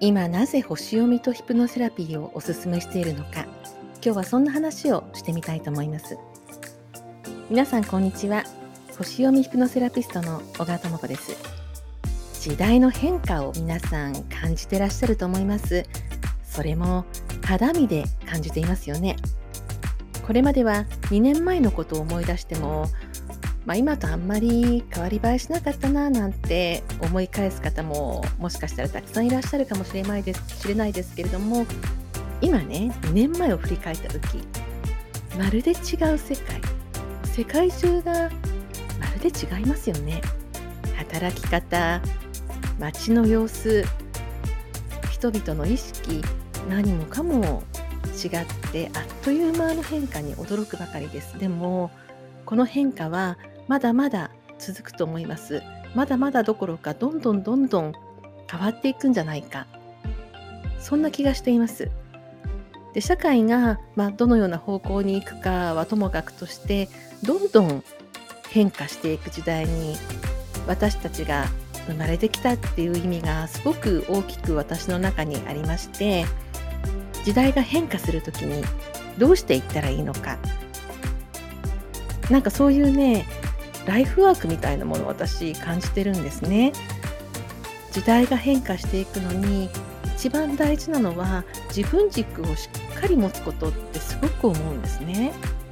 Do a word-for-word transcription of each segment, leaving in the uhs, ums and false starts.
今なぜ星読みとヒプノセラピーをおすすめしているのか、今日はそんな話をしてみたいと思います。皆さんこんにちは。星読みヒプノセラピストの小川智子です。時代の変化を皆さん感じてらっしゃると思います。それも肌身で感じていますよね。これまではにねんまえのことを思い出しても、まあ、今とあんまり変わり映えしなかったななんて思い返す方ももしかしたらたくさんいらっしゃるかもしれないです知れないですけれども、今ねにねんまえを振り返った時、まるで違う世界世界中がまるで違いますよね。働き方、街の様子、人々の意識、何もかも違ってあっという間の変化に驚くばかりです。でもこの変化はまだまだ続くと思います。まだまだどころかどんどんどんどん変わっていくんじゃないか、そんな気がしています。で社会が、まあ、どのような方向に行くかはともかくとして、どんどん変化していく時代に私たちが生まれてきたっていう意味がすごく大きく私の中にありまして、時代が変化するときにどうしていったらいいのか、なんかそういうねライフワークみたいなものを私感じてるんですね。時代が変化していくのに一番大事なのは自分軸をしっかり持つことってすごく思うんですね。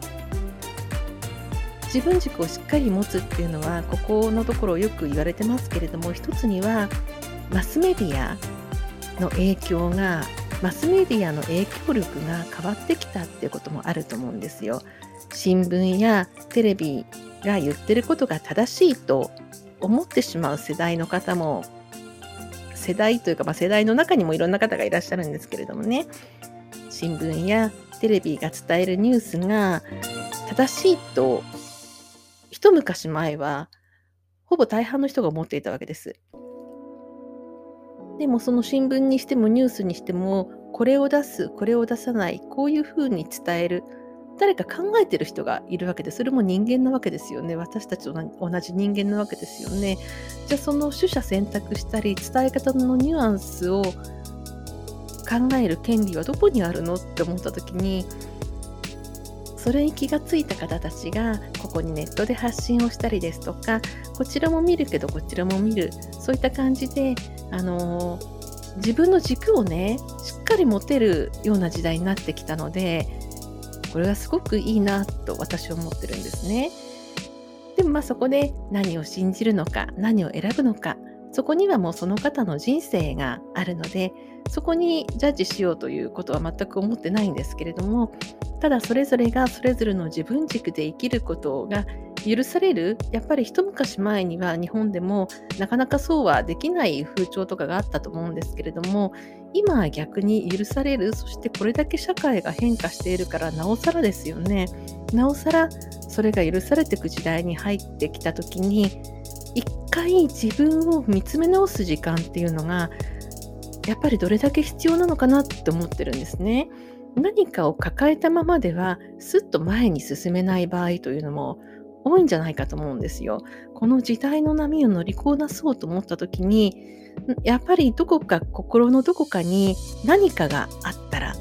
自分軸をしっかり持つっていうのはここのところよく言われてますけれども、一つにはマスメディアの影響がマスメディアの影響力が変わってきたっていうこともあると思うんですよ。新聞やテレビが言ってることが正しいと思ってしまう世代の方も、世代というか、まあ、世代の中にもいろんな方がいらっしゃるんですけれどもね、新聞やテレビが伝えるニュースが正しいと一昔前はほぼ大半の人が思っていたわけです。でもその新聞にしてもニュースにしても、これを出すこれを出さない、こういうふうに伝える、誰か考えてる人がいるわけで、それも人間なわけですよね。私たちと同じ人間なわけですよね。じゃあその取捨選択したり伝え方のニュアンスを考える権利はどこにあるのって思った時に、それに気がついた方たちがここにネットで発信をしたりですとか、こちらも見るけどこちらも見る、そういった感じで、あのー自分の軸をねしっかり持てるような時代になってきたので、これはすごくいいなと私は思ってるんですね。でもまあそこで何を信じるのか、何を選ぶのか、そこにはもうその方の人生があるので、そこにジャッジしようということは全く思ってないんですけれども、ただそれぞれがそれぞれの自分軸で生きることが許される、やっぱり一昔前には日本でもなかなかそうはできない風潮とかがあったと思うんですけれども、今は逆に許される、そしてこれだけ社会が変化しているからなおさらですよね。なおさらそれが許されていく時代に入ってきた時に、一回自分を見つめ直す時間っていうのがやっぱりどれだけ必要なのかなって思ってるんですね。何かを抱えたままではすっと前に進めない場合というのも多いんじゃないかと思うんですよ。この時代の波を乗りこなそうと思った時に、やっぱりどこか心のどこかに何かがあったら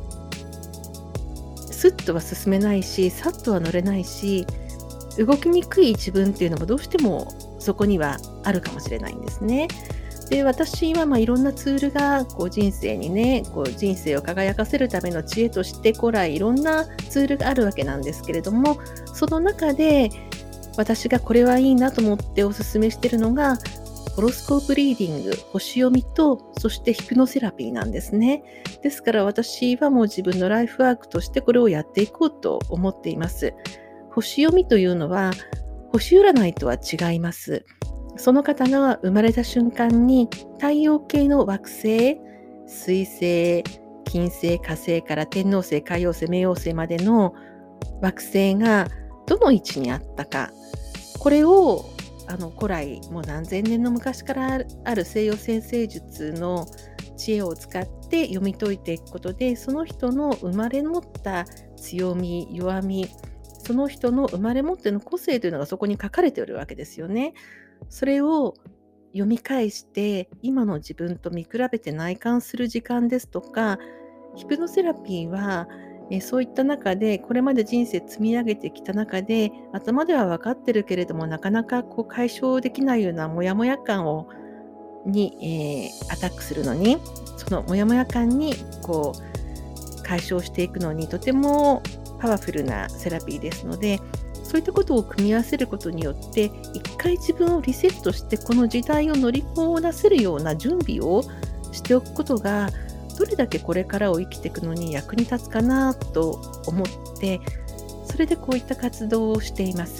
スッとは進めないし、さっとは乗れないし、動きにくい自分っていうのもどうしてもそこにはあるかもしれないんですね。で私はまあいろんなツールがこう人生にねこう人生を輝かせるための知恵として古来いろんなツールがあるわけなんですけれども、その中で私がこれはいいなと思っておすすめしているのがホロスコープリーディング、星読みとそしてヒプノセラピーなんですね。ですから私はもう自分のライフワークとしてこれをやっていこうと思っています。星読みというのは星占いとは違います。その方が生まれた瞬間に太陽系の惑星、水星、金星、火星から天王星、海王星、冥王星までの惑星がどの位置にあったか、これをあの古来もう何千年の昔からある西洋占星術の知恵を使って読み解いていくことで、その人の生まれ持った強み、弱み、その人の生まれ持っての個性というのがそこに書かれているわけですよね。それを読み返して今の自分と見比べて内観する時間ですとか、ヒプノセラピーはえそういった中でこれまで人生積み上げてきた中で、頭では分かってるけれどもなかなかこう解消できないようなモヤモヤ感をに、えーアタックするのに、そのモヤモヤ感にこう解消していくのにとてもパワフルなセラピーですので、そういったことを組み合わせることによって一回自分をリセットしてこの時代を乗りこなせるような準備をしておくことが、どれだけこれからを生きていくのに役に立つかなと思って、それでこういった活動をしています。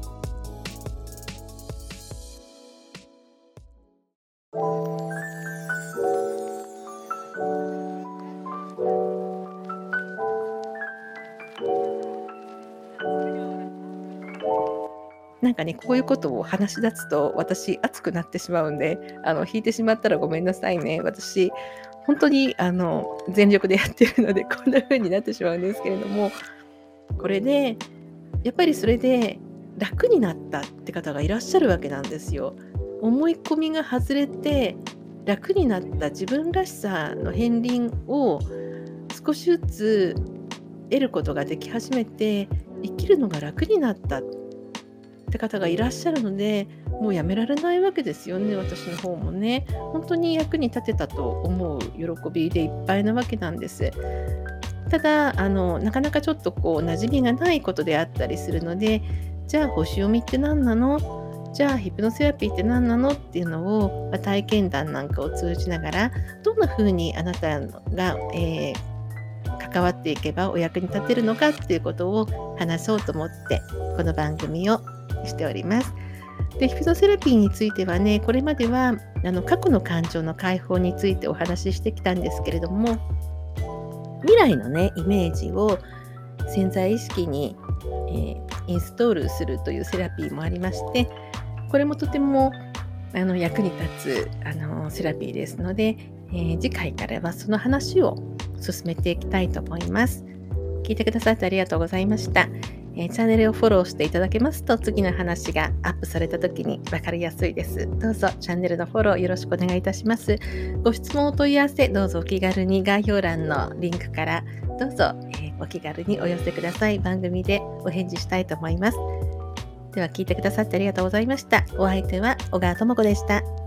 なんかね、こういうことを話し出すと私熱くなってしまうんで、あの、引いてしまったらごめんなさいね。私、本当にあの、全力でやってるので、こんな風になってしまうんですけれども、これで、やっぱりそれで楽になったって方がいらっしゃるわけなんですよ。思い込みが外れて、楽になった自分らしさの片鱗を少しずつ得ることができ始めて、生きるのが楽になったって方がいらっしゃるので、もうやめられないわけですよね、私の方もね。本当に役に立てたと思う喜びでいっぱいなわけなんです。ただあのなかなかちょっとこう馴染みがないことであったりするので、じゃあ星読みって何なの、じゃあヒプノセラピーって何なのっていうのを、まあ体験談なんかを通じながら、どんな風にあなたが、えー関わっていけばお役に立てるのかっていうことを話そうと思ってこの番組をしております。で、ヒプノセラピーについてはね、これまではあの過去の感情の解放についてお話ししてきたんですけれども、未来のねイメージを潜在意識に、えーインストールするというセラピーもありまして、これもとてもあの役に立つあのセラピーですので、えー次回からはその話を進めていきたいと思います。聞いてくださってありがとうございました。えーチャンネルをフォローしていただけますと、次の話がアップされた時に分かりやすいです。どうぞチャンネルのフォローよろしくお願いいたします。ご質問お問い合わせ、どうぞお気軽に概要欄のリンクからどうぞ、えーお気軽にお寄せください。番組でお返事したいと思います。では聞いてくださってありがとうございました。お相手は小川智子でした。